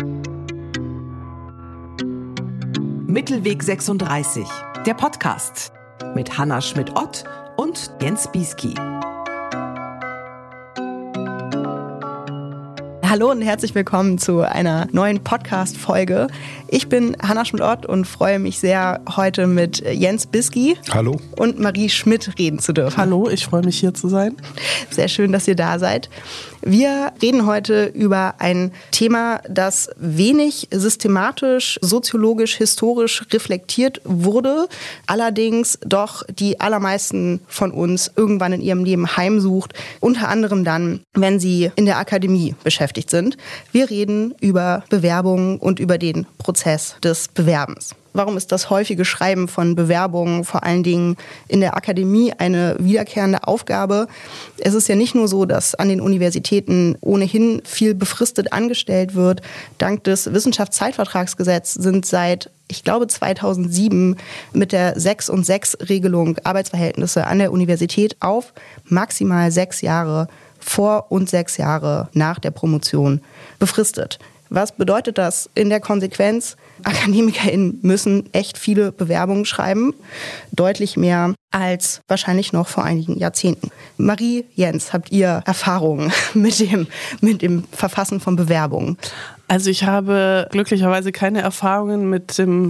Mittelweg 36, der Podcast mit Hanna Schmidt-Ott und Jens Bieski. Hallo und herzlich willkommen zu einer neuen Podcast-Folge. Ich bin Hanna Schmidt-Ott und freue mich sehr, heute mit Jens Bieski Hallo. Und Marie Schmidt reden zu dürfen. Hallo, ich freue mich hier zu sein. Sehr schön, dass ihr da seid. Wir reden heute über ein Thema, das wenig systematisch, soziologisch, historisch reflektiert wurde, allerdings doch die allermeisten von uns irgendwann in ihrem Leben heimsucht, unter anderem dann, wenn sie in der Akademie beschäftigt sind. Wir reden über Bewerbungen und über den Prozess des Bewerbens. Warum ist das häufige Schreiben von Bewerbungen, vor allen Dingen in der Akademie, eine wiederkehrende Aufgabe? Es ist ja nicht nur so, dass an den Universitäten ohnehin viel befristet angestellt wird. Dank des Wissenschaftszeitvertragsgesetzes sind seit, ich glaube, 2007 mit der 6-und-6-Regelung Arbeitsverhältnisse an der Universität auf maximal 6 Jahre vor und 6 Jahre nach der Promotion befristet. Was bedeutet das in der Konsequenz? AkademikerInnen müssen echt viele Bewerbungen schreiben, deutlich mehr als wahrscheinlich noch vor einigen Jahrzehnten. Marie, Jens, habt ihr Erfahrungen mit dem Verfassen von Bewerbungen? Also ich habe glücklicherweise keine Erfahrungen mit dem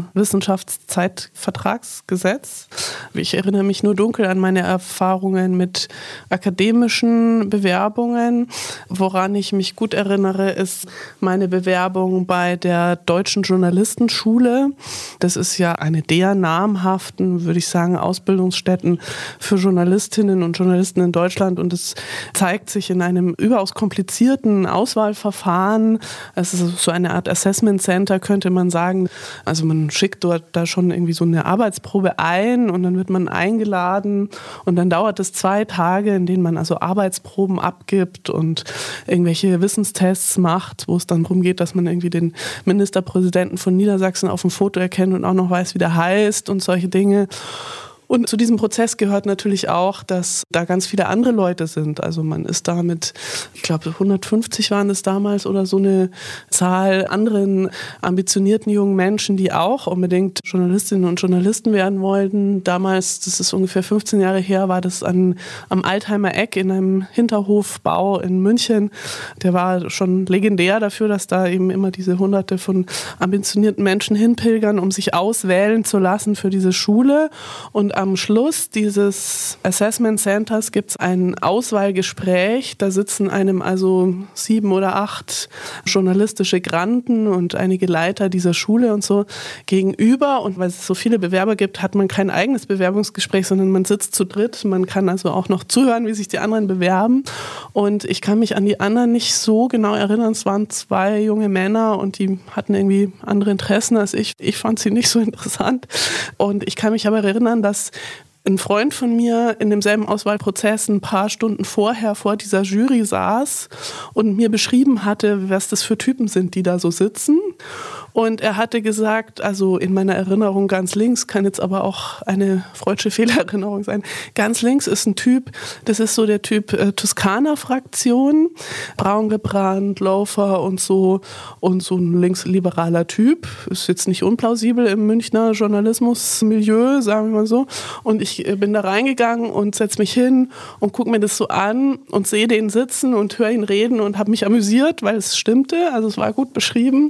Wissenschaftszeitvertragsgesetz. Ich erinnere mich nur dunkel an meine Erfahrungen mit akademischen Bewerbungen. Woran ich mich gut erinnere, ist meine Bewerbung bei der Deutschen Journalistenschule. Das ist ja eine der namhaften, würde ich sagen, Ausbildungsstätten für Journalistinnen und Journalisten in Deutschland. Und es zeigt sich in einem überaus komplizierten Auswahlverfahren. Es ist so eine Art Assessment Center, könnte man sagen. Also man schickt dort da schon irgendwie so eine Arbeitsprobe ein und dann wird man eingeladen und dann dauert es 2 Tage, in denen man also Arbeitsproben abgibt und irgendwelche Wissenstests macht, wo es dann darum geht, dass man irgendwie den Ministerpräsidenten von Niedersachsen auf dem Foto erkennt und auch noch weiß, wie der heißt und solche Dinge. Und zu diesem Prozess gehört natürlich auch, dass da ganz viele andere Leute sind. Also man ist da mit, ich glaube 150 waren es damals oder so eine Zahl anderen ambitionierten jungen Menschen, die auch unbedingt Journalistinnen und Journalisten werden wollten. Damals, das ist ungefähr 15 Jahre her, war das am Altheimer Eck in einem Hinterhofbau in München. Der war schon legendär dafür, dass da eben immer diese Hunderte von ambitionierten Menschen hinpilgern, um sich auswählen zu lassen für diese Schule. Und am Schluss dieses Assessment Centers gibt es ein Auswahlgespräch. Da sitzen einem also 7 oder 8 journalistische Granden und einige Leiter dieser Schule und so gegenüber. Und weil es so viele Bewerber gibt, hat man kein eigenes Bewerbungsgespräch, sondern man sitzt zu dritt. Man kann also auch noch zuhören, wie sich die anderen bewerben. Und ich kann mich an die anderen nicht so genau erinnern. Es waren 2 junge Männer und die hatten irgendwie andere Interessen als ich. Ich fand sie nicht so interessant. Und ich kann mich aber erinnern, dass ein Freund von mir in demselben Auswahlprozess ein paar Stunden vorher vor dieser Jury saß und mir beschrieben hatte, was das für Typen sind, die da so sitzen. Und er hatte gesagt, also in meiner Erinnerung ganz links, kann jetzt aber auch eine freudsche Fehlerinnerung sein, ganz links ist ein Typ, das ist so der Typ Toskana-Fraktion, braun gebrannt, Loafer und so ein linksliberaler Typ. Ist jetzt nicht unplausibel im Münchner Journalismusmilieu, sagen wir mal so. Und ich bin da reingegangen und setze mich hin und gucke mir das so an und sehe den sitzen und höre ihn reden und habe mich amüsiert, weil es stimmte, also es war gut beschrieben.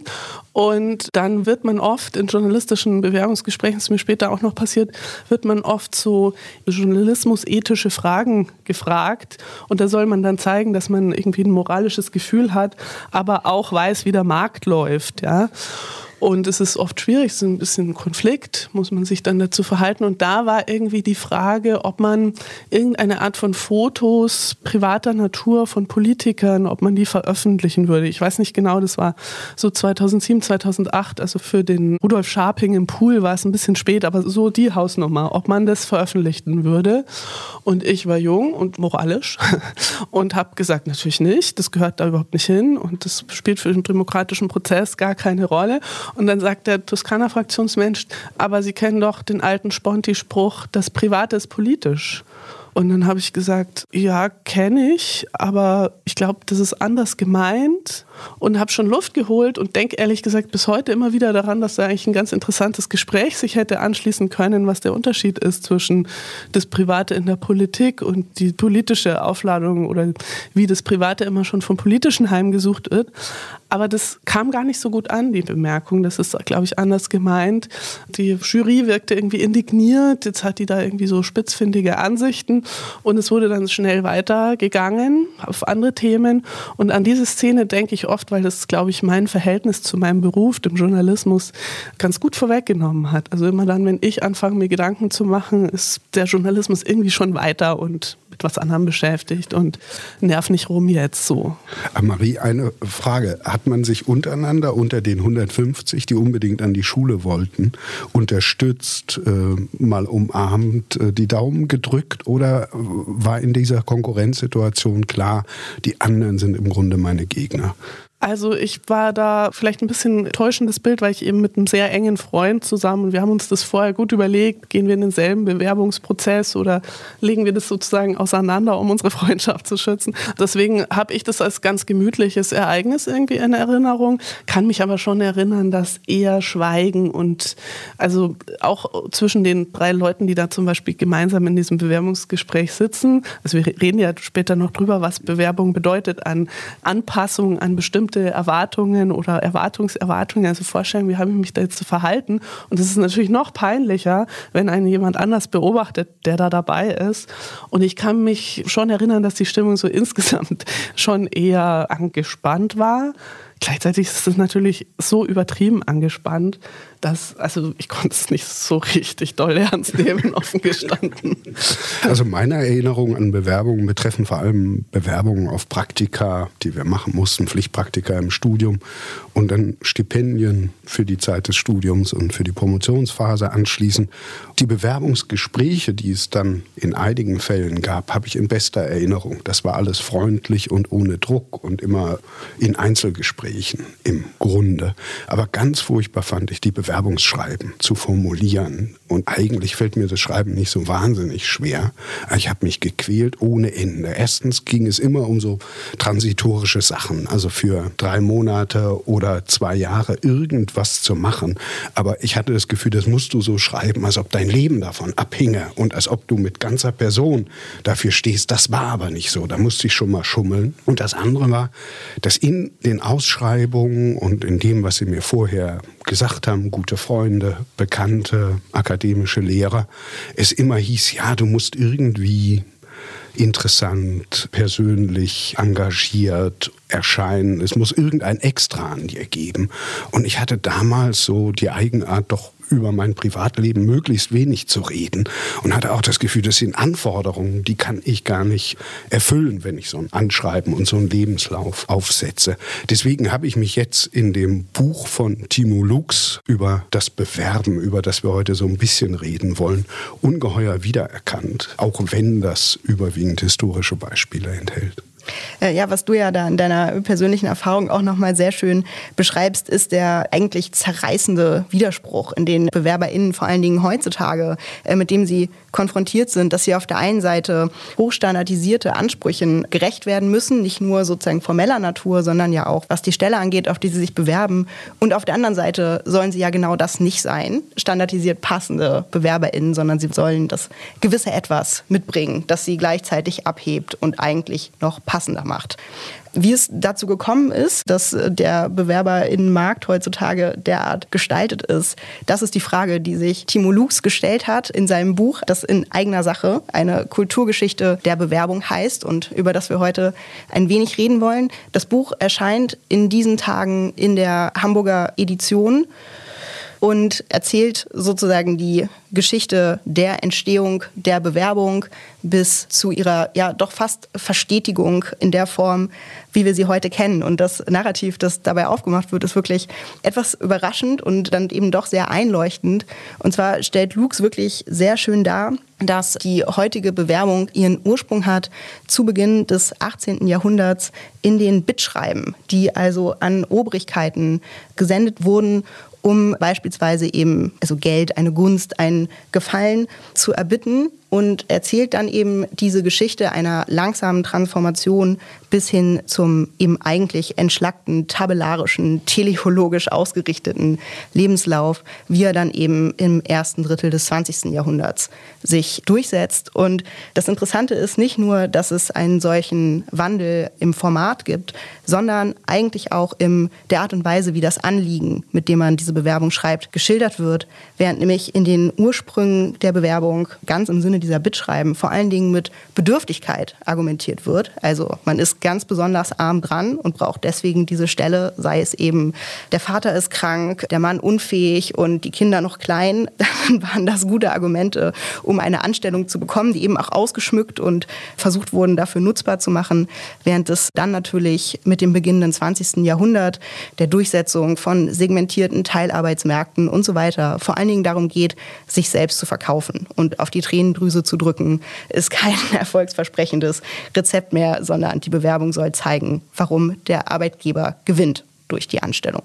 Und dann wird man oft in journalistischen Bewerbungsgesprächen, das ist mir später auch noch passiert, wird man oft so journalismusethische Fragen gefragt. Und da soll man dann zeigen, dass man irgendwie ein moralisches Gefühl hat, aber auch weiß, wie der Markt läuft, ja. Und es ist oft schwierig, es ist ein bisschen ein Konflikt, muss man sich dann dazu verhalten. Und da war irgendwie die Frage, ob man irgendeine Art von Fotos privater Natur von Politikern, ob man die veröffentlichen würde. Ich weiß nicht genau, das war so 2007, 2008, also für den Rudolf Scharping im Pool war es ein bisschen spät, aber so die Hausnummer, ob man das veröffentlichen würde. Und ich war jung und moralisch und habe gesagt, natürlich nicht, das gehört da überhaupt nicht hin und das spielt für den demokratischen Prozess gar keine Rolle. Und dann sagt der Toskana-Fraktionsmensch, aber Sie kennen doch den alten Sponti-Spruch, das Private ist politisch. Und dann habe ich gesagt, ja, kenne ich, aber ich glaube, das ist anders gemeint. Und habe schon Luft geholt und denke ehrlich gesagt bis heute immer wieder daran, dass da eigentlich ein ganz interessantes Gespräch sich hätte anschließen können, was der Unterschied ist zwischen das Private in der Politik und die politische Aufladung oder wie das Private immer schon vom Politischen heimgesucht wird. Aber das kam gar nicht so gut an, die Bemerkung. Das ist, glaube ich, anders gemeint. Die Jury wirkte irgendwie indigniert. Jetzt hat die da irgendwie so spitzfindige Ansichten. Und es wurde dann schnell weitergegangen auf andere Themen. Und an diese Szene denke ich oft, weil das, glaube ich, mein Verhältnis zu meinem Beruf, dem Journalismus, ganz gut vorweggenommen hat. Also immer dann, wenn ich anfange, mir Gedanken zu machen, ist der Journalismus irgendwie schon weiter und mit was anderem beschäftigt und nerv nicht rum jetzt so. Marie, eine Frage. Hat man sich untereinander, unter den 150, die unbedingt an die Schule wollten, unterstützt, mal umarmt, die Daumen gedrückt oder war in dieser Konkurrenzsituation klar, die anderen sind im Grunde meine Gegner? Also ich war da vielleicht ein bisschen täuschendes Bild, weil ich eben mit einem sehr engen Freund zusammen, und wir haben uns das vorher gut überlegt, gehen wir in denselben Bewerbungsprozess oder legen wir das sozusagen auseinander, um unsere Freundschaft zu schützen. Deswegen habe ich das als ganz gemütliches Ereignis irgendwie in Erinnerung, kann mich aber schon erinnern, dass eher Schweigen und also auch zwischen den 3 Leuten, die da zum Beispiel gemeinsam in diesem Bewerbungsgespräch sitzen, also wir reden ja später noch drüber, was Bewerbung bedeutet an Anpassung an bestimmte Erwartungen oder Erwartungserwartungen, also Vorstellungen, wie habe ich mich da jetzt zu verhalten. Und es ist natürlich noch peinlicher, wenn einen jemand anders beobachtet, der da dabei ist. Und ich kann mich schon erinnern, dass die Stimmung so insgesamt schon eher angespannt war. Gleichzeitig ist es natürlich so übertrieben angespannt, dass, also ich konnte es nicht so richtig doll ernst nehmen, offen gestanden. Also meine Erinnerungen an Bewerbungen betreffen vor allem Bewerbungen auf Praktika, die wir machen mussten, Pflichtpraktika im Studium und dann Stipendien für die Zeit des Studiums und für die Promotionsphase anschließend. Die Bewerbungsgespräche, die es dann in einigen Fällen gab, habe ich in bester Erinnerung. Das war alles freundlich und ohne Druck und immer in Einzelgesprächen im Grunde. Aber ganz furchtbar fand ich die Bewerbungsschreiben zu formulieren. Und eigentlich fällt mir das Schreiben nicht so wahnsinnig schwer. Ich habe mich gequält ohne Ende. Erstens ging es immer um so transitorische Sachen, also für 3 Monate oder 2 Jahre irgendwas zu machen. Aber ich hatte das Gefühl, das musst du so schreiben, als ob dein Leben davon abhinge und als ob du mit ganzer Person dafür stehst. Das war aber nicht so. Da musste ich schon mal schummeln. Und das andere war, dass in den Ausschreibungen und in dem, was sie mir vorher gesagt haben, gute Freunde, Bekannte, akademische Lehrer, es immer hieß, ja, du musst irgendwie interessant, persönlich, engagiert erscheinen. Es muss irgendein Extra an dir geben. Und ich hatte damals so die Eigenart, doch über mein Privatleben möglichst wenig zu reden und hatte auch das Gefühl, das sind Anforderungen, die kann ich gar nicht erfüllen, wenn ich so ein Anschreiben und so einen Lebenslauf aufsetze. Deswegen habe ich mich jetzt in dem Buch von Timo Lux über das Bewerben, über das wir heute so ein bisschen reden wollen, ungeheuer wiedererkannt, auch wenn das überwiegend historische Beispiele enthält. Ja, was du ja da in deiner persönlichen Erfahrung auch nochmal sehr schön beschreibst, ist der eigentlich zerreißende Widerspruch, in den BewerberInnen vor allen Dingen heutzutage, mit dem sie konfrontiert sind, dass sie auf der einen Seite hochstandardisierte Ansprüchen gerecht werden müssen, nicht nur sozusagen formeller Natur, sondern ja auch, was die Stelle angeht, auf die sie sich bewerben. Und auf der anderen Seite sollen sie ja genau das nicht sein, standardisiert passende BewerberInnen, sondern sie sollen das gewisse Etwas mitbringen, das sie gleichzeitig abhebt und eigentlich noch passender macht. Wie es dazu gekommen ist, dass der BewerberInnenmarkt heutzutage derart gestaltet ist, das ist die Frage, die sich Timo Lux gestellt hat in seinem Buch, das in eigener Sache eine Kulturgeschichte der Bewerbung heißt und über das wir heute ein wenig reden wollen. Das Buch erscheint in diesen Tagen in der Hamburger Edition und erzählt sozusagen die Geschichte der Entstehung der Bewerbung bis zu ihrer ja doch fast Verstetigung in der Form, wie wir sie heute kennen. Und das Narrativ, das dabei aufgemacht wird, ist wirklich etwas überraschend und dann eben doch sehr einleuchtend. Und zwar stellt Lux wirklich sehr schön dar, dass die heutige Bewerbung ihren Ursprung hat zu Beginn des 18. Jahrhunderts in den Bittschreiben, die also an Obrigkeiten gesendet wurden, um beispielsweise eben also Geld, eine Gunst, einen Gefallen zu erbitten. und erzählt dann eben diese Geschichte einer langsamen Transformation bis hin zum eben eigentlich entschlackten, tabellarischen, teleologisch ausgerichteten Lebenslauf, wie er dann eben im ersten Drittel des 20. Jahrhunderts sich durchsetzt. Und das Interessante ist nicht nur, dass es einen solchen Wandel im Format gibt, sondern eigentlich auch in der Art und Weise, wie das Anliegen, mit dem man diese Bewerbung schreibt, geschildert wird, während nämlich in den Ursprüngen der Bewerbung ganz im Sinne dieser Bittschreiben vor allen Dingen mit Bedürftigkeit argumentiert wird. Also man ist ganz besonders arm dran und braucht deswegen diese Stelle, sei es eben, der Vater ist krank, der Mann unfähig und die Kinder noch klein, dann waren das gute Argumente, um eine Anstellung zu bekommen, die eben auch ausgeschmückt und versucht wurden, dafür nutzbar zu machen, während es dann natürlich mit dem beginnenden 20. Jahrhundert, der Durchsetzung von segmentierten Teilarbeitsmärkten und so weiter, vor allen Dingen darum geht, sich selbst zu verkaufen und auf die Tränendrüse zu drücken, ist kein erfolgsversprechendes Rezept mehr, sondern die Bewerbung soll zeigen, warum der Arbeitgeber gewinnt durch die Anstellung.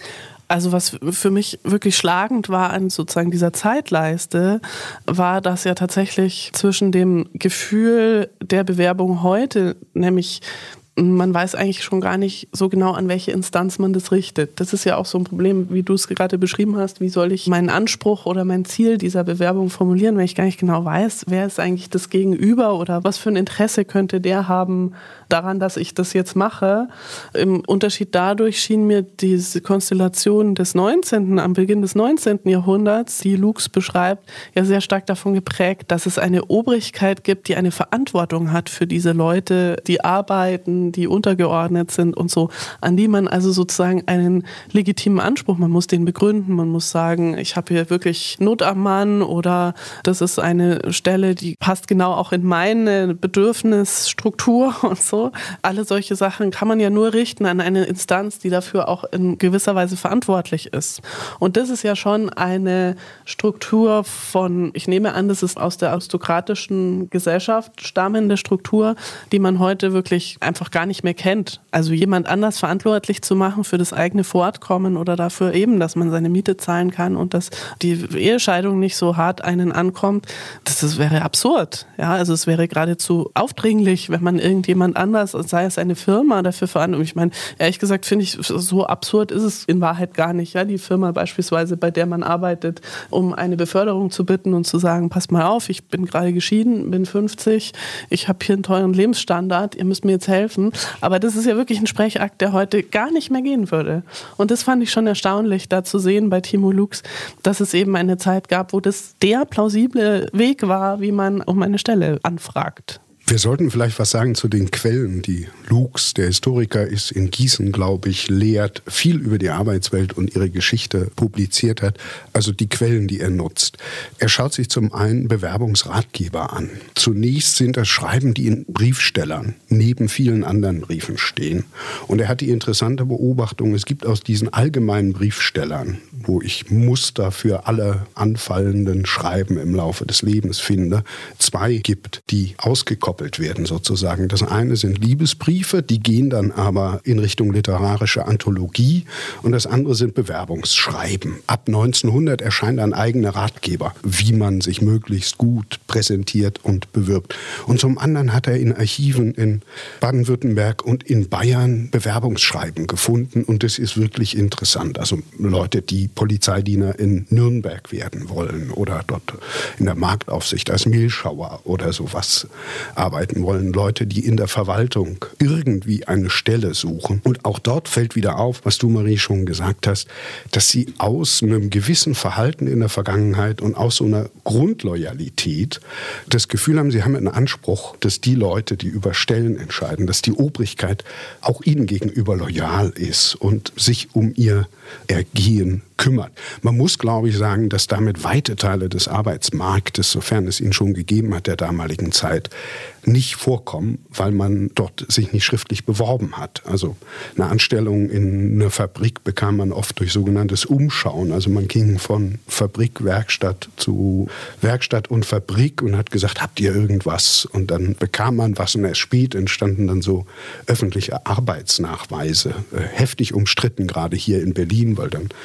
Also was für mich wirklich schlagend war an sozusagen dieser Zeitleiste, war, dass ja tatsächlich zwischen dem Gefühl der Bewerbung heute, nämlich man weiß eigentlich schon gar nicht so genau, an welche Instanz man das richtet. Das ist ja auch so ein Problem, wie du es gerade beschrieben hast. Wie soll ich meinen Anspruch oder mein Ziel dieser Bewerbung formulieren, wenn ich gar nicht genau weiß, wer ist eigentlich das Gegenüber oder was für ein Interesse könnte der haben daran, dass ich das jetzt mache. Im Unterschied dadurch schien mir diese Konstellation des 19., am Beginn des 19. Jahrhunderts, die Lux beschreibt, ja sehr stark davon geprägt, dass es eine Obrigkeit gibt, die eine Verantwortung hat für diese Leute, die arbeiten, die untergeordnet sind und so, an die man also sozusagen einen legitimen Anspruch, man muss den begründen, man muss sagen, ich habe hier wirklich Not am Mann oder das ist eine Stelle, die passt genau auch in meine Bedürfnisstruktur und so. Alle solche Sachen kann man ja nur richten an eine Instanz, die dafür auch in gewisser Weise verantwortlich ist. Und das ist ja schon eine Struktur von, ich nehme an, das ist aus der aristokratischen Gesellschaft stammende Struktur, die man heute wirklich einfach gar nicht mehr kennt. Also jemand anders verantwortlich zu machen für das eigene Fortkommen oder dafür eben, dass man seine Miete zahlen kann und dass die Ehescheidung nicht so hart einen ankommt, das wäre absurd. Ja, also es wäre geradezu aufdringlich, wenn man irgendjemand anders, sei es eine Firma, dafür verantwortlich. Ich meine, ehrlich gesagt finde ich, so absurd ist es in Wahrheit gar nicht. Ja, die Firma beispielsweise, bei der man arbeitet, um eine Beförderung zu bitten und zu sagen, passt mal auf, ich bin gerade geschieden, bin 50, ich habe hier einen teuren Lebensstandard, ihr müsst mir jetzt helfen. Aber das ist ja wirklich ein Sprechakt, der heute gar nicht mehr gehen würde. Und das fand ich schon erstaunlich, da zu sehen bei Timo Lux, dass es eben eine Zeit gab, wo das der plausible Weg war, wie man um eine Stelle anfragt. Wir sollten vielleicht was sagen zu den Quellen, die Lux, der Historiker ist, in Gießen, glaube ich, lehrt, viel über die Arbeitswelt und ihre Geschichte publiziert hat, also die Quellen, die er nutzt. Er schaut sich zum einen Bewerbungsratgeber an. Zunächst sind das Schreiben, die in Briefstellern neben vielen anderen Briefen stehen. Und er hat die interessante Beobachtung, es gibt aus diesen allgemeinen Briefstellern, wo ich Muster für alle anfallenden Schreiben im Laufe des Lebens finde, 2 gibt, die ausgekoppelt werden sozusagen. Das eine sind Liebesbriefe, die gehen dann aber in Richtung literarische Anthologie und das andere sind Bewerbungsschreiben. Ab 1900 erscheint ein eigener Ratgeber, wie man sich möglichst gut präsentiert und bewirbt. Und zum anderen hat er in Archiven in Baden-Württemberg und in Bayern Bewerbungsschreiben gefunden und das ist wirklich interessant. Also Leute, die Polizeidiener in Nürnberg werden wollen oder dort in der Marktaufsicht als Mehlschauer oder sowas arbeiten wollen, Leute, die in der Verwaltung irgendwie eine Stelle suchen. Und auch dort fällt wieder auf, was du, Marie, schon gesagt hast, dass sie aus einem gewissen Verhalten in der Vergangenheit und aus so einer Grundloyalität das Gefühl haben, sie haben einen Anspruch, dass die Leute, die über Stellen entscheiden, dass die Obrigkeit auch ihnen gegenüber loyal ist und sich um ihr Ergehen kümmert. Man muss, glaube ich, sagen, dass damit weite Teile des Arbeitsmarktes, sofern es ihn schon gegeben hat, der damaligen Zeit, nicht vorkommen, weil man dort sich nicht schriftlich beworben hat. Also eine Anstellung in einer Fabrik bekam man oft durch sogenanntes Umschauen. Also man ging von Fabrik, Werkstatt zu Werkstatt und Fabrik und hat gesagt, habt ihr irgendwas? Und dann bekam man was und erst spät entstanden dann so öffentliche Arbeitsnachweise. Heftig umstritten, gerade hier in Berlin, weil dann irgendwann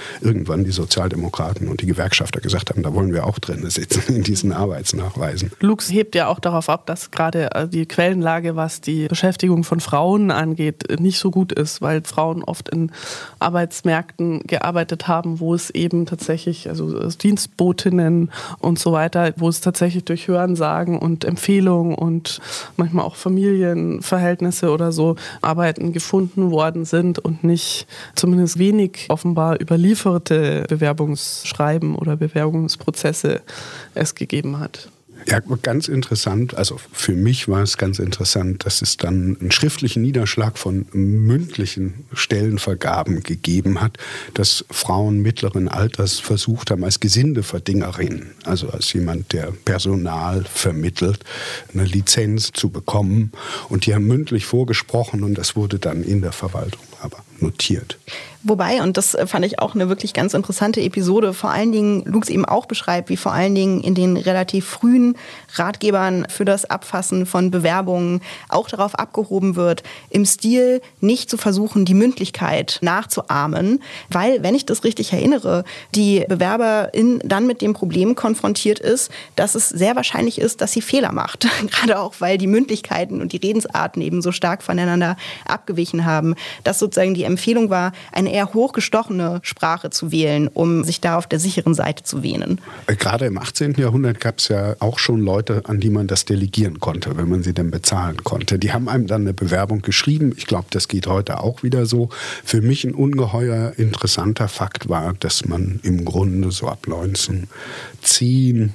irgendwann die Sozialdemokraten und die Gewerkschafter gesagt haben, da wollen wir auch drin sitzen in diesen Arbeitsnachweisen. Lux hebt ja auch darauf ab, dass gerade die Quellenlage, was die Beschäftigung von Frauen angeht, nicht so gut ist, weil Frauen oft in Arbeitsmärkten gearbeitet haben, wo es eben tatsächlich, also Dienstbotinnen und so weiter, wo es tatsächlich durch Hörensagen und Empfehlungen und manchmal auch Familienverhältnisse oder so Arbeiten gefunden worden sind und nicht zumindest wenig offenbar überlieferte Bewerbungsschreiben oder Bewerbungsprozesse es gegeben hat. Ja, ganz interessant, also für mich war es ganz interessant, dass es dann einen schriftlichen Niederschlag von mündlichen Stellenvergaben gegeben hat, dass Frauen mittleren Alters versucht haben, als Gesindeverdingerin, also als jemand, der Personal vermittelt, eine Lizenz zu bekommen. Und die haben mündlich vorgesprochen und das wurde dann in der Verwaltung aber notiert. Wobei, und das fand ich auch eine wirklich ganz interessante Episode, vor allen Dingen Lux eben auch beschreibt, wie vor allen Dingen in den relativ frühen Ratgebern für das Abfassen von Bewerbungen auch darauf abgehoben wird, im Stil nicht zu versuchen, die Mündlichkeit nachzuahmen, weil, wenn ich das richtig erinnere, die Bewerberin dann mit dem Problem konfrontiert ist, dass es sehr wahrscheinlich ist, dass sie Fehler macht. Gerade auch, weil die Mündlichkeiten und die Redensarten eben so stark voneinander abgewichen haben, dass sozusagen die Empfehlung war, eine eher hochgestochene Sprache zu wählen, um sich da auf der sicheren Seite zu wähnen. Gerade im 18. Jahrhundert gab es ja auch schon Leute, an die man das delegieren konnte, wenn man sie denn bezahlen konnte. Die haben einem dann eine Bewerbung geschrieben. Ich glaube, das geht heute auch wieder so. Für mich ein ungeheuer interessanter Fakt war, dass man im Grunde so ab 1910,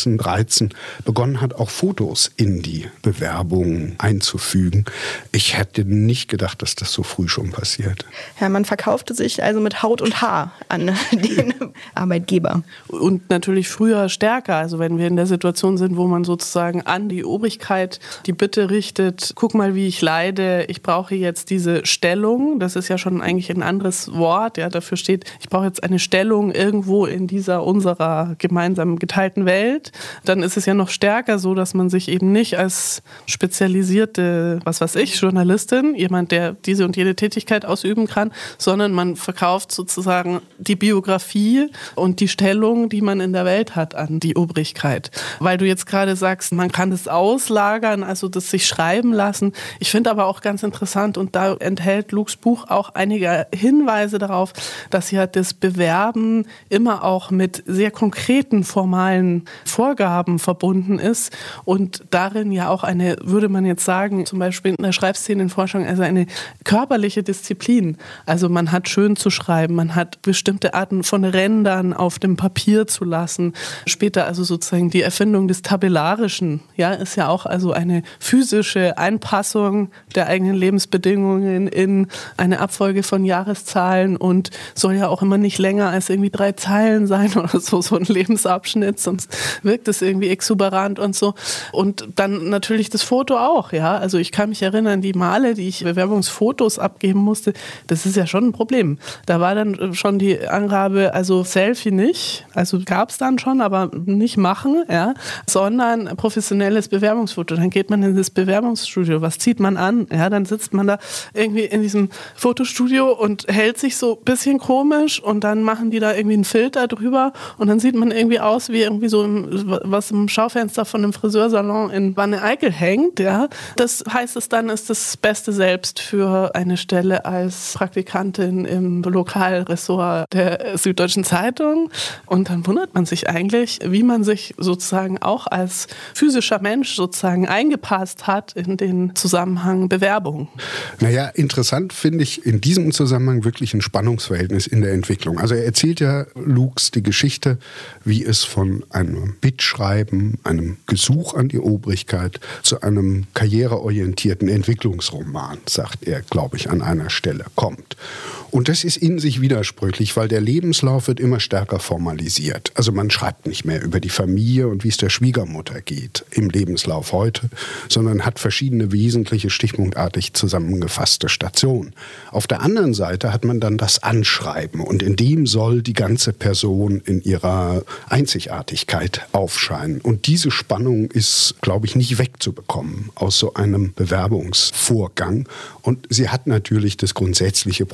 1913 begonnen hat, auch Fotos in die Bewerbungen einzufügen. Ich hätte nicht gedacht, dass das so früh schon passiert. Ja, man verkaufte sich also mit Haut und Haar an den Arbeitgeber. Und natürlich früher stärker. Also wenn wir in der Situation sind, wo man sozusagen an die Obrigkeit die Bitte richtet, guck mal, wie ich leide, ich brauche jetzt diese Stellung. Das ist ja schon eigentlich ein anderes Wort. Ja, dafür steht, ich brauche jetzt eine Stellung irgendwo in dieser unserer gemeinsam geteilten Welt. Dann ist es ja noch stärker so, dass man sich eben nicht als spezialisierte, Journalistin, jemand, der diese und jede Tätigkeit ausüben kann, sondern man verkauft sozusagen die Biografie und die Stellung, die man in der Welt hat, an die Obrigkeit. Weil du jetzt gerade sagst, man kann das auslagern, also das sich schreiben lassen. Ich finde aber auch ganz interessant, und da enthält Lux Buch auch einige Hinweise darauf, dass ja das Bewerben immer auch mit sehr konkreten formalen Vorgaben verbunden ist und darin ja auch eine, würde man jetzt sagen, zum Beispiel in der Schreibszenenforschung, also eine körperliche Disziplin. Also man hat schön zu schreiben, man hat bestimmte Arten von Rändern auf dem Papier zu lassen. Später also sozusagen die Erfindung des Tabellarischen, ja, ist ja auch also eine physische Einpassung der eigenen Lebensbedingungen in eine Abfolge von Jahreszahlen und soll ja auch immer nicht länger als irgendwie 3 Zeilen sein oder so ein Lebensabschnitt, sonst wirkt es irgendwie exuberant und so. Und dann natürlich das Foto auch, ja. Also ich kann mich erinnern, die Male, die ich Bewerbungsfotos abgeben musste, das ist ja schon ein Problem. Da war dann schon die Angabe, also Selfie nicht, also gab es dann schon, aber nicht machen, ja, sondern professionelles Bewerbungsfoto. Dann geht man in das Bewerbungsstudio, was zieht man an? Ja, dann sitzt man da irgendwie in diesem Fotostudio und hält sich so ein bisschen komisch und dann machen die da irgendwie einen Filter drüber und dann sieht man irgendwie aus wie irgendwie so was im Schaufenster von einem Friseursalon in Wanne-Eickel hängt, ja. Das heißt es dann, ist das Beste selbst für eine Stelle als Praktikantin im Lokalressort der Süddeutschen Zeitung. Und dann wundert man sich eigentlich, wie man sich sozusagen auch als physischer Mensch sozusagen eingepasst hat in den Zusammenhang Bewerbung. Naja, interessant finde ich in diesem Zusammenhang wirklich ein Spannungsverhältnis in der Entwicklung. Also er erzählt ja Lux die Geschichte, wie es von einem Bittschreiben, einem Gesuch an die Obrigkeit zu einem karriereorientierten Entwicklungsroman, sagt er, glaube ich, an einer Stelle kommt. Und das ist in sich widersprüchlich, weil der Lebenslauf wird immer stärker formalisiert. Also man schreibt nicht mehr über die Familie und wie es der Schwiegermutter geht im Lebenslauf heute, sondern hat verschiedene wesentliche, stichpunktartig zusammengefasste Stationen. Auf der anderen Seite hat man dann das Anschreiben und in dem soll die ganze Person in ihrer Einzigartigkeit aufscheinen. Und diese Spannung ist, glaube ich, nicht wegzubekommen aus so einem Bewerbungsvorgang. Und sie hat natürlich das grundsätzliche Problem, dass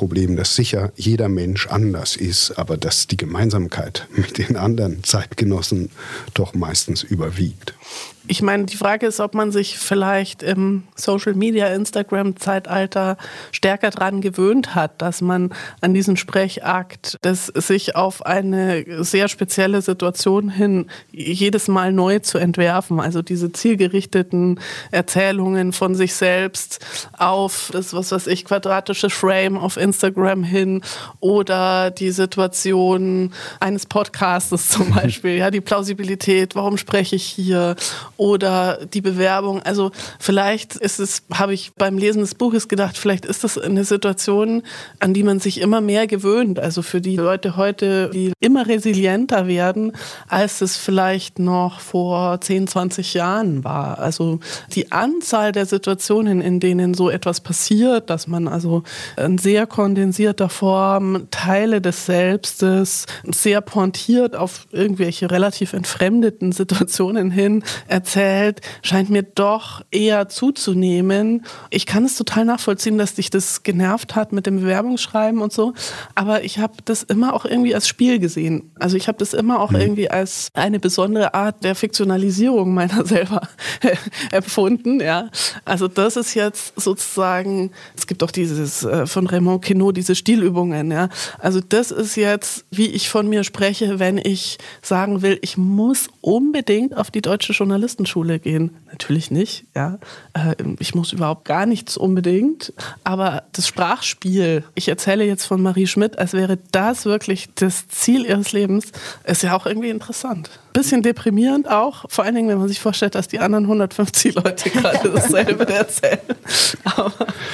dass sicher jeder Mensch anders ist, aber dass die Gemeinsamkeit mit den anderen Zeitgenossen doch meistens überwiegt. Ich meine, die Frage ist, ob man sich vielleicht im Social-Media, Instagram-Zeitalter stärker daran gewöhnt hat, dass man an diesen Sprechakt, das sich auf eine sehr spezielle Situation hin jedes Mal neu zu entwerfen, also diese zielgerichteten Erzählungen von sich selbst auf das, quadratische Frame auf Instagram hin oder die Situation eines Podcastes zum Beispiel, ja, die Plausibilität, warum spreche ich hier? Oder die Bewerbung. Also vielleicht habe ich beim Lesen des Buches gedacht, vielleicht ist das eine Situation, an die man sich immer mehr gewöhnt. Also für die Leute heute, die immer resilienter werden, als es vielleicht noch vor 10, 20 Jahren war. Also die Anzahl der Situationen, in denen so etwas passiert, dass man also in sehr kondensierter Form Teile des Selbstes sehr pointiert auf irgendwelche relativ entfremdeten Situationen hin erzählt, scheint mir doch eher zuzunehmen. Ich kann es total nachvollziehen, dass dich das genervt hat mit dem Bewerbungsschreiben und so, aber ich habe das immer auch irgendwie als Spiel gesehen. Also ich habe das immer auch irgendwie als eine besondere Art der Fiktionalisierung meiner selber empfunden. Ja. Also das ist jetzt sozusagen, es gibt auch dieses von Raymond Queneau, diese Stilübungen. Ja. Also das ist jetzt, wie ich von mir spreche, wenn ich sagen will, ich muss unbedingt auf die deutsche Journalistenschule gehen. Natürlich nicht, ja. Ich muss überhaupt gar nichts unbedingt. Aber das Sprachspiel, ich erzähle jetzt von Marie Schmidt, als wäre das wirklich das Ziel ihres Lebens, ist ja auch irgendwie interessant. Bisschen deprimierend auch, vor allen Dingen, wenn man sich vorstellt, dass die anderen 150 Leute gerade dasselbe erzählen. Aber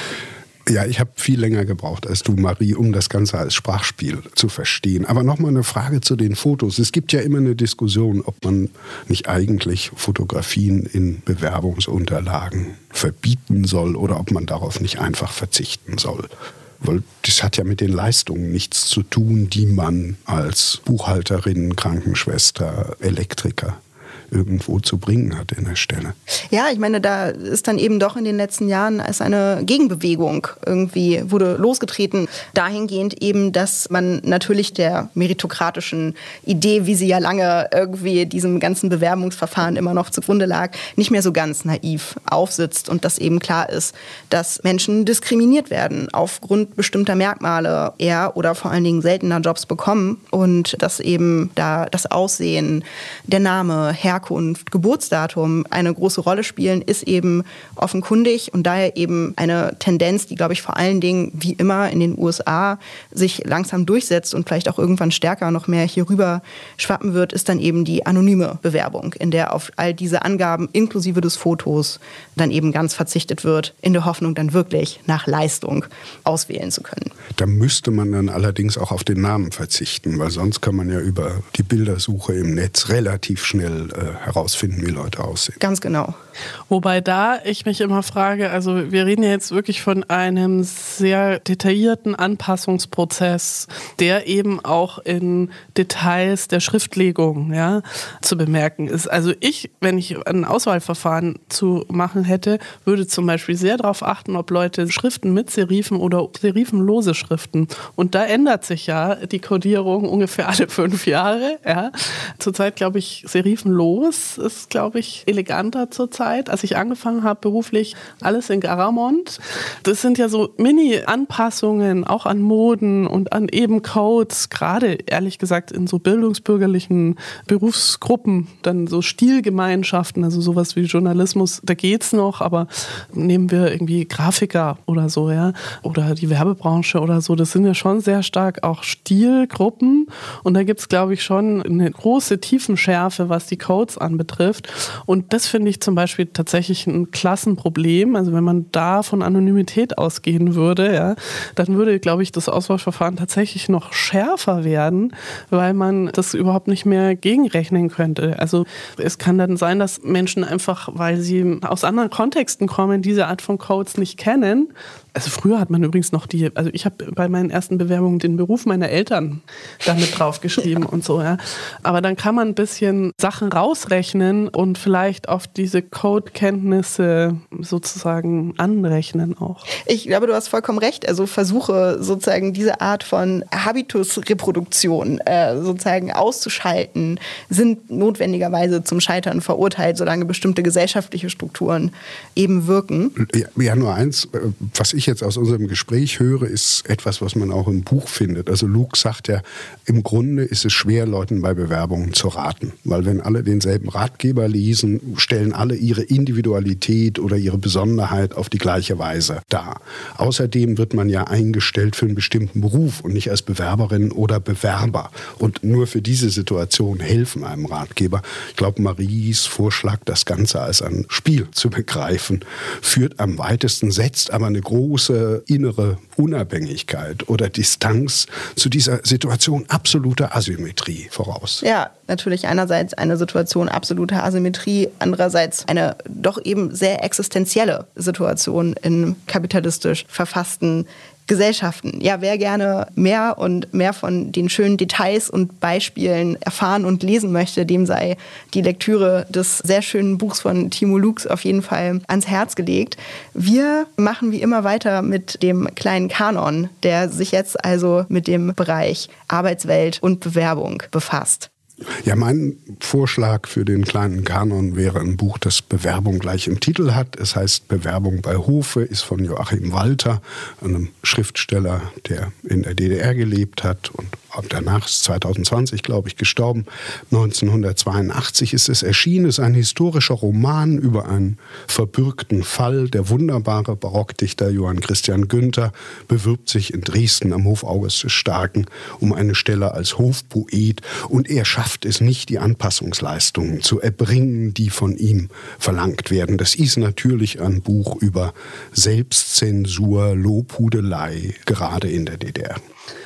ja, ich habe viel länger gebraucht als du, Marie, um das Ganze als Sprachspiel zu verstehen. Aber nochmal eine Frage zu den Fotos. Es gibt ja immer eine Diskussion, ob man nicht eigentlich Fotografien in Bewerbungsunterlagen verbieten soll oder ob man darauf nicht einfach verzichten soll. Weil das hat ja mit den Leistungen nichts zu tun, die man als Buchhalterin, Krankenschwester, Elektriker irgendwo zu bringen hat in der Stelle. Ja, ich meine, da ist dann eben doch in den letzten Jahren als eine Gegenbewegung irgendwie wurde losgetreten, dahingehend eben, dass man natürlich der meritokratischen Idee, wie sie ja lange irgendwie diesem ganzen Bewerbungsverfahren immer noch zugrunde lag, nicht mehr so ganz naiv aufsitzt und dass eben klar ist, dass Menschen diskriminiert werden aufgrund bestimmter Merkmale, eher oder vor allen Dingen seltener Jobs bekommen und dass eben da das Aussehen, der Name, Herkunft, Geburtsdatum eine große Rolle spielen, ist eben offenkundig und daher eben eine Tendenz, die, glaube ich, vor allen Dingen wie immer in den USA sich langsam durchsetzt und vielleicht auch irgendwann stärker noch mehr hier rüber schwappen wird, ist dann eben die anonyme Bewerbung, in der auf all diese Angaben inklusive des Fotos dann eben ganz verzichtet wird, in der Hoffnung dann wirklich nach Leistung auswählen zu können. Da müsste man dann allerdings auch auf den Namen verzichten, weil sonst kann man ja über die Bildersuche im Netz relativ schnell herausfinden, wie Leute aussehen. Ganz genau. Wobei da ich mich immer frage, also wir reden ja jetzt wirklich von einem sehr detaillierten Anpassungsprozess, der eben auch in Details der Schriftlegung zu bemerken ist. Also wenn ich ein Auswahlverfahren zu machen hätte, würde zum Beispiel sehr darauf achten, ob Leute Schriften mit Serifen oder serifenlose Schriften. Und da ändert sich ja die Codierung ungefähr alle 5 Jahre. Ja. Zurzeit, glaube ich, serifenlos ist, glaube ich, eleganter zurzeit. Als ich angefangen habe beruflich, alles in Garamond. Das sind ja so Mini-Anpassungen auch an Moden und an eben Codes, gerade ehrlich gesagt in so bildungsbürgerlichen Berufsgruppen, dann so Stilgemeinschaften, also sowas wie Journalismus, da geht's noch, aber nehmen wir irgendwie Grafiker oder so, ja, oder die Werbebranche oder so, das sind ja schon sehr stark auch Stilgruppen und da gibt's, glaube ich, schon eine große Tiefenschärfe, was die Codes anbetrifft und das finde ich zum Beispiel tatsächlich ein Klassenproblem. Also wenn man da von Anonymität ausgehen würde, dann würde, glaube ich, das Auswahlverfahren tatsächlich noch schärfer werden, weil man das überhaupt nicht mehr gegenrechnen könnte. Also es kann dann sein, dass Menschen einfach, weil sie aus anderen Kontexten kommen, diese Art von Codes nicht kennen, Also früher hat man übrigens noch ich habe bei meinen ersten Bewerbungen den Beruf meiner Eltern damit draufgeschrieben und so, ja. Aber dann kann man ein bisschen Sachen rausrechnen und vielleicht auf diese Codekenntnisse sozusagen anrechnen auch. Ich glaube, du hast vollkommen recht. Also Versuche sozusagen diese Art von Habitusreproduktion sozusagen auszuschalten, sind notwendigerweise zum Scheitern verurteilt, solange bestimmte gesellschaftliche Strukturen eben wirken. Ja, nur eins, was ich jetzt aus unserem Gespräch höre, ist etwas, was man auch im Buch findet. Also Luke sagt ja, im Grunde ist es schwer, Leuten bei Bewerbungen zu raten. Weil wenn alle denselben Ratgeber lesen, stellen alle ihre Individualität oder ihre Besonderheit auf die gleiche Weise dar. Außerdem wird man ja eingestellt für einen bestimmten Beruf und nicht als Bewerberin oder Bewerber. Und nur für diese Situation helfen einem Ratgeber. Ich glaube, Maries Vorschlag, das Ganze als ein Spiel zu begreifen, führt am weitesten, setzt aber eine große innere Unabhängigkeit oder Distanz zu dieser Situation absoluter Asymmetrie voraus. Ja, natürlich einerseits eine Situation absoluter Asymmetrie, andererseits eine doch eben sehr existenzielle Situation in kapitalistisch verfassten Gesellschaften. Ja, wer gerne mehr und mehr von den schönen Details und Beispielen erfahren und lesen möchte, dem sei die Lektüre des sehr schönen Buchs von Timo Lux auf jeden Fall ans Herz gelegt. Wir machen wie immer weiter mit dem kleinen Kanon, der sich jetzt also mit dem Bereich Arbeitswelt und Bewerbung befasst. Ja, mein Vorschlag für den kleinen Kanon wäre ein Buch, das Bewerbung gleich im Titel hat. Es heißt Bewerbung bei Hofe, ist von Joachim Walter, einem Schriftsteller, der in der DDR gelebt hat und danach ist 2020, glaube ich, gestorben. 1982 ist es erschienen. Es ist ein historischer Roman über einen verbürgten Fall. Der wunderbare Barockdichter Johann Christian Günther bewirbt sich in Dresden am Hof August des Starken um eine Stelle als Hofpoet und er schafft es nicht, die Anpassungsleistungen zu erbringen, die von ihm verlangt werden. Das ist natürlich ein Buch über Selbstzensur, Lobhudelei, gerade in der DDR.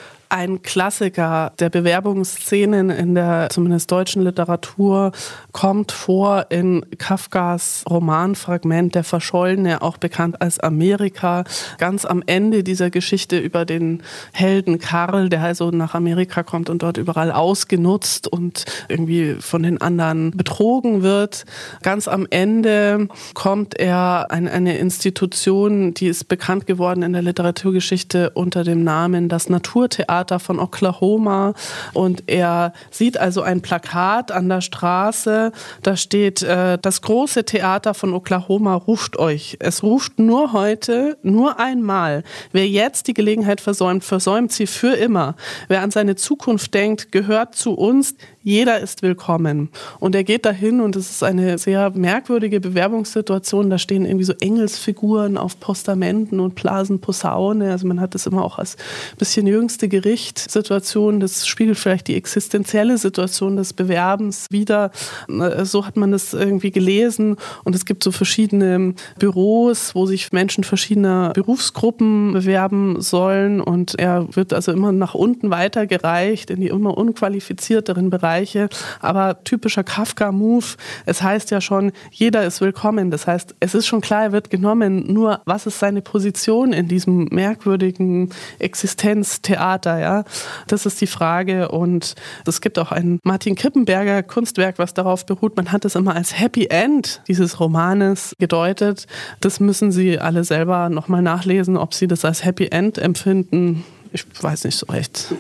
Ein Klassiker der Bewerbungsszenen in der zumindest deutschen Literatur kommt vor in Kafkas Romanfragment Der Verschollene, auch bekannt als Amerika. Ganz am Ende dieser Geschichte über den Helden Karl, der also nach Amerika kommt und dort überall ausgenutzt und irgendwie von den anderen betrogen wird. Ganz am Ende kommt er an eine Institution, die ist bekannt geworden in der Literaturgeschichte unter dem Namen Das Naturtheater von Oklahoma und er sieht also ein Plakat an der Straße, da steht, das große Theater von Oklahoma ruft euch. Es ruft nur heute, nur einmal. Wer jetzt die Gelegenheit versäumt, versäumt sie für immer. Wer an seine Zukunft denkt, gehört zu uns. Jeder ist willkommen. Und er geht dahin und es ist eine sehr merkwürdige Bewerbungssituation. Da stehen irgendwie so Engelsfiguren auf Postamenten und blasen Posaune. Also man hat das immer auch als bisschen jüngste Gerichtssituation. Das spiegelt vielleicht die existenzielle Situation des Bewerbens wider. So hat man das irgendwie gelesen. Und es gibt so verschiedene Büros, wo sich Menschen verschiedener Berufsgruppen bewerben sollen. Und er wird also immer nach unten weitergereicht in die immer unqualifizierteren Bereiche. Aber typischer Kafka-Move, es heißt ja schon, jeder ist willkommen. Das heißt, es ist schon klar, er wird genommen. Nur, was ist seine Position in diesem merkwürdigen Existenztheater? Ja? Das ist die Frage. Und es gibt auch ein Martin Kippenberger Kunstwerk, was darauf beruht. Man hat es immer als Happy End dieses Romanes gedeutet. Das müssen Sie alle selber nochmal nachlesen, ob Sie das als Happy End empfinden. Ich weiß nicht so recht.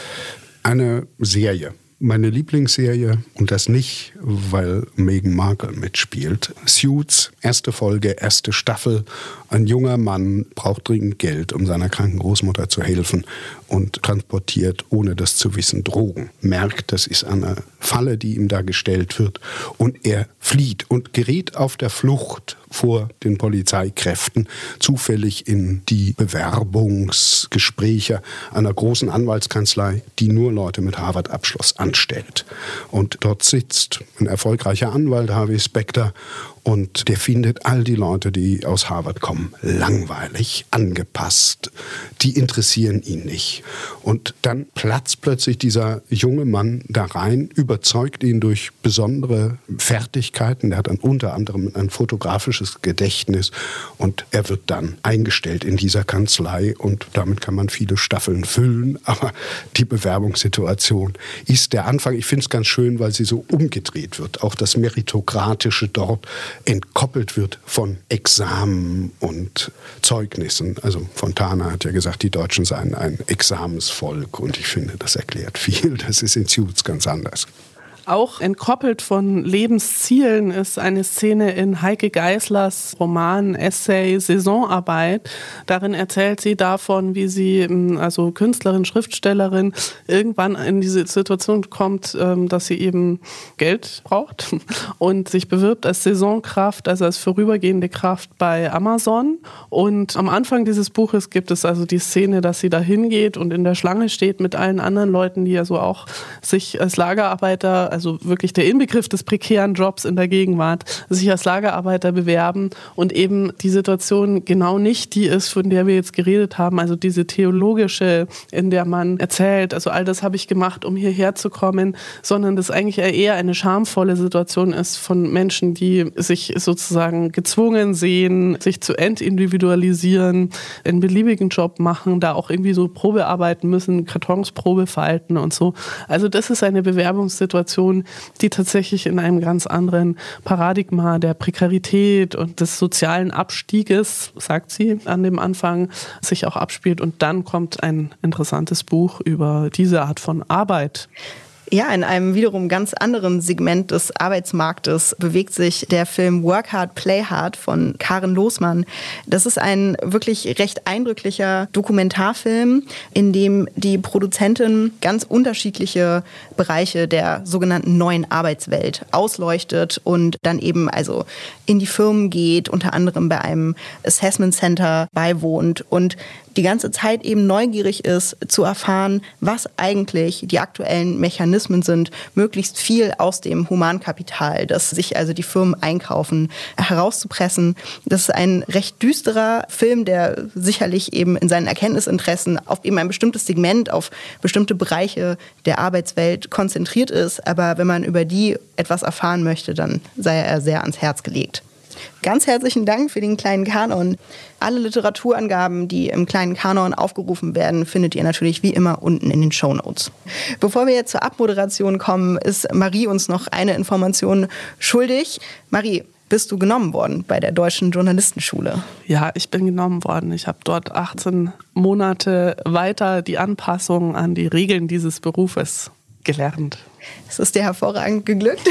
Eine Serie. Meine Lieblingsserie, und das nicht, weil Meghan Markle mitspielt. Suits, erste Folge, erste Staffel. Ein junger Mann braucht dringend Geld, um seiner kranken Großmutter zu helfen und transportiert, ohne das zu wissen, Drogen. Merkt, das ist eine Falle, die ihm da gestellt wird. Und er flieht und gerät auf der Flucht vor den Polizeikräften zufällig in die Bewerbungsgespräche einer großen Anwaltskanzlei, die nur Leute mit Harvard-Abschluss anstellt. Und dort sitzt ein erfolgreicher Anwalt, Harvey Specter, Und der findet all die Leute, die aus Harvard kommen, langweilig, angepasst. Die interessieren ihn nicht. Und dann platzt plötzlich dieser junge Mann da rein, überzeugt ihn durch besondere Fertigkeiten. Er hat dann unter anderem ein fotografisches Gedächtnis und er wird dann eingestellt in dieser Kanzlei und damit kann man viele Staffeln füllen. Aber die Bewerbungssituation ist der Anfang. Ich finde es ganz schön, weil sie so umgedreht wird. Auch das Meritokratische dort entkoppelt wird von Examen und Zeugnissen. Also Fontana hat ja gesagt, die Deutschen seien ein Examensvolk und ich finde, das erklärt viel. Das ist in Suits ganz anders. Auch entkoppelt von Lebenszielen ist eine Szene in Heike Geißlers Roman, Essay, Saisonarbeit. Darin erzählt sie davon, wie sie, also Künstlerin, Schriftstellerin, irgendwann in diese Situation kommt, dass sie eben Geld braucht und sich bewirbt als Saisonkraft, also als vorübergehende Kraft bei Amazon. Und am Anfang dieses Buches gibt es also die Szene, dass sie da hingeht und in der Schlange steht mit allen anderen Leuten, die also auch sich als Lagerarbeiter, also wirklich der Inbegriff des prekären Jobs in der Gegenwart, sich als Lagerarbeiter bewerben und eben die Situation genau nicht die ist, von der wir jetzt geredet haben, also diese theologische, in der man erzählt, also all das habe ich gemacht, um hierher zu kommen, sondern das eigentlich eher eine schamvolle Situation ist von Menschen, die sich sozusagen gezwungen sehen, sich zu entindividualisieren, einen beliebigen Job machen, da auch irgendwie so Probe arbeiten müssen, Kartonsprobe falten und so. Also das ist eine Bewerbungssituation, die tatsächlich in einem ganz anderen Paradigma der Prekarität und des sozialen Abstieges, sagt sie an dem Anfang, sich auch abspielt. Und dann kommt ein interessantes Buch über diese Art von Arbeit. Ja, in einem wiederum ganz anderen Segment des Arbeitsmarktes bewegt sich der Film Work Hard, Play Hard von Karen Losmann. Das ist ein wirklich recht eindrücklicher Dokumentarfilm, in dem die Produzentin ganz unterschiedliche Bereiche der sogenannten neuen Arbeitswelt ausleuchtet und dann eben also in die Firmen geht, unter anderem bei einem Assessment Center beiwohnt und die ganze Zeit eben neugierig ist, zu erfahren, was eigentlich die aktuellen Mechanismen sind, möglichst viel aus dem Humankapital, das sich also die Firmen einkaufen, herauszupressen. Das ist ein recht düsterer Film, der sicherlich eben in seinen Erkenntnisinteressen auf eben ein bestimmtes Segment, auf bestimmte Bereiche der Arbeitswelt konzentriert ist. Aber wenn man über die etwas erfahren möchte, dann sei er sehr ans Herz gelegt. Ganz herzlichen Dank für den kleinen Kanon. Alle Literaturangaben, die im kleinen Kanon aufgerufen werden, findet ihr natürlich wie immer unten in den Shownotes. Bevor wir jetzt zur Abmoderation kommen, ist Marie uns noch eine Information schuldig. Marie, bist du genommen worden bei der Deutschen Journalistenschule? Ja, ich bin genommen worden. Ich habe dort 18 Monate weiter die Anpassung an die Regeln dieses Berufes gelernt. Es ist dir hervorragend geglückt.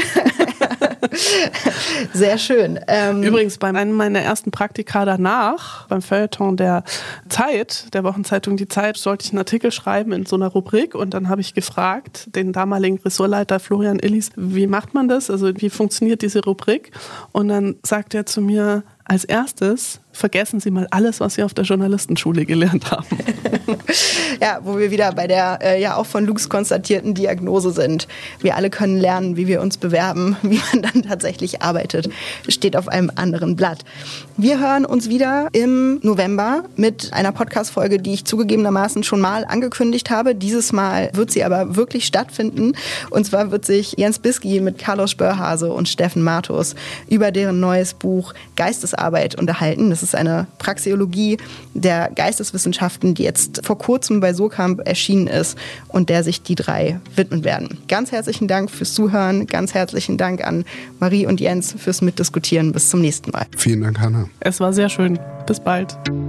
Sehr schön. Übrigens, bei einem meiner ersten Praktika danach, beim Feuilleton der Zeit, der Wochenzeitung Die Zeit, sollte ich einen Artikel schreiben in so einer Rubrik und dann habe ich gefragt, den damaligen Ressortleiter Florian Illis, wie macht man das? Also wie funktioniert diese Rubrik? Und dann sagt er zu mir, als erstes vergessen Sie mal alles, was Sie auf der Journalistenschule gelernt haben. Ja, wo wir wieder bei der ja auch von Lux konstatierten Diagnose sind. Wir alle können lernen, wie wir uns bewerben, wie man dann tatsächlich arbeitet. Steht auf einem anderen Blatt. Wir hören uns wieder im November mit einer Podcast-Folge, die ich zugegebenermaßen schon mal angekündigt habe. Dieses Mal wird sie aber wirklich stattfinden. Und zwar wird sich Jens Bisky mit Carlos Spörhase und Steffen Martus über deren neues Buch Geistesarbeit unterhalten. Das ist eine Praxeologie der Geisteswissenschaften, die jetzt vor kurzem bei Surkamp erschienen ist und der sich die drei widmen werden. Ganz herzlichen Dank fürs Zuhören, ganz herzlichen Dank an Marie und Jens fürs Mitdiskutieren. Bis zum nächsten Mal. Vielen Dank, Hanna. Es war sehr schön. Bis bald.